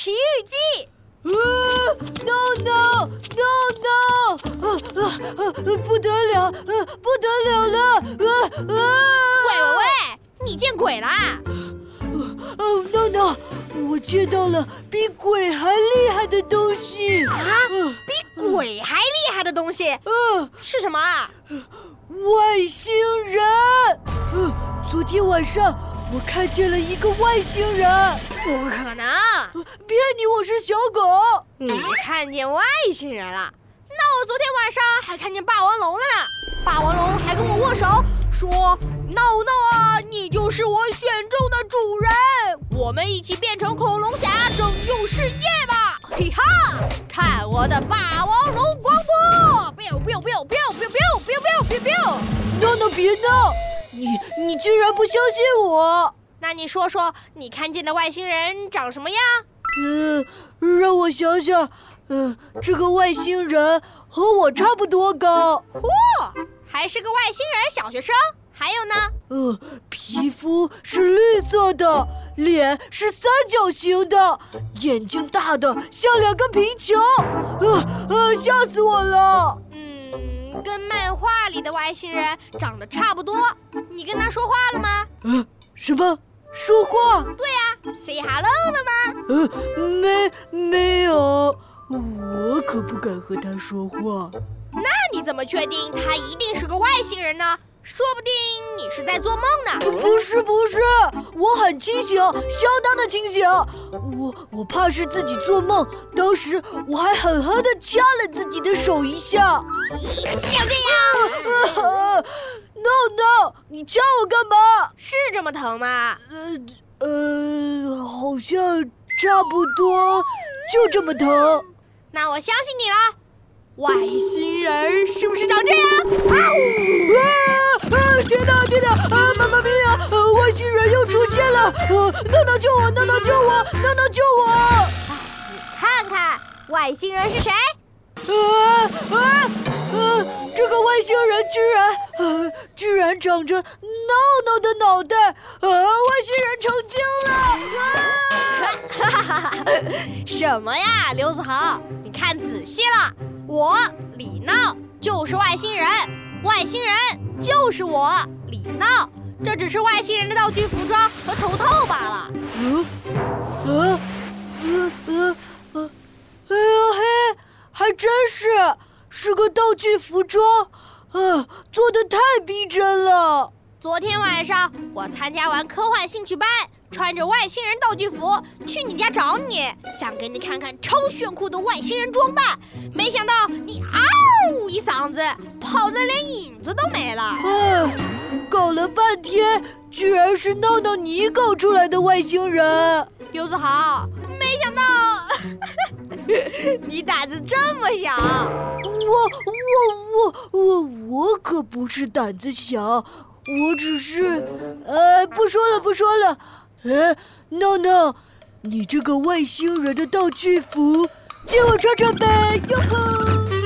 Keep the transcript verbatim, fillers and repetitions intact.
奇遇记》。 啊 ！No no no no！ 啊啊啊！不得了，啊不得了了！啊啊！ 喂喂喂，你见鬼啦！ 啊 no no！ 我见到了比鬼还厉害的东西啊！比鬼还厉害的东西？ 嗯、啊， 是什么啊？ 外星人！嗯、啊，昨天晚上我看见了一个外星人。 不可能！ 别你，我是小狗。 你看见外星人了？那我昨天晚上还看见霸王龙了呢。霸王龙还跟我握手，说：“闹闹啊，你就是我选中的主人，我们一起变成恐龙侠，拯救世界吧！”嘿哈，看我的霸王龙光波 ！biu biu biu biu biu biu biu biu biu！ 闹闹别闹，你你居然不相信我？ 那你说说，你看见的外星人长什么样？ 嗯、呃，让我想想，嗯、呃，这个外星人和我差不多高。 嚯，还是个外星人小学生。还有呢？ 呃，皮肤是绿色的，脸是三角形的，眼睛大的像两个皮球。呃呃，吓死我了。 嗯，跟漫画里的外星人长得差不多。你跟他说话了吗？ 呃，什么？说话？ 对呀、啊、，say hello 了吗？ 呃，没没有，我可不敢和他说话。 那你怎么确定他一定是个外星人呢？说不定你是在做梦呢。 不是不是，我很清醒，相当的清醒。我我怕是自己做梦，当时我还狠狠地掐了自己的手一下。 就这样。 啊 No no， 你掐我干嘛？ 是这么疼吗？ 呃呃，好像差不多，就这么疼。 那我相信你了。外星人是不是长这样？啊！ 啊！天哪天哪！啊！妈妈咪呀！呃，外星人又出现了！呃，闹闹救我！闹闹救我！闹闹救我！ 你看看，外星人是谁？ 啊啊啊！这个外星人居然，呃，居然长着闹闹的脑袋！啊，外星人成精了！啊！ 哈哈哈哈！什么呀，刘子豪，你看仔细了，我李闹就是外星人，外星人就是我李闹，这只是外星人的道具服装和头套罢了。 嗯啊呃呃呃，哎呀嘿！还真是，是个道具服装，啊，做得太逼真了。 昨天晚上我参加完科幻兴趣班，穿着外星人道具服去你家找你，想给你看看超炫酷的外星人装扮，没想到你嗷一嗓子，跑得连影子都没了。 哎，搞了半天，居然是闹闹你搞出来的外星人。 刘子豪，没想到你胆子这么小。 我我我我我可不是胆子小，我只是……呃，不说了不说了。哎，闹闹，你这个外星人的道具服，借我穿穿呗，哟吼！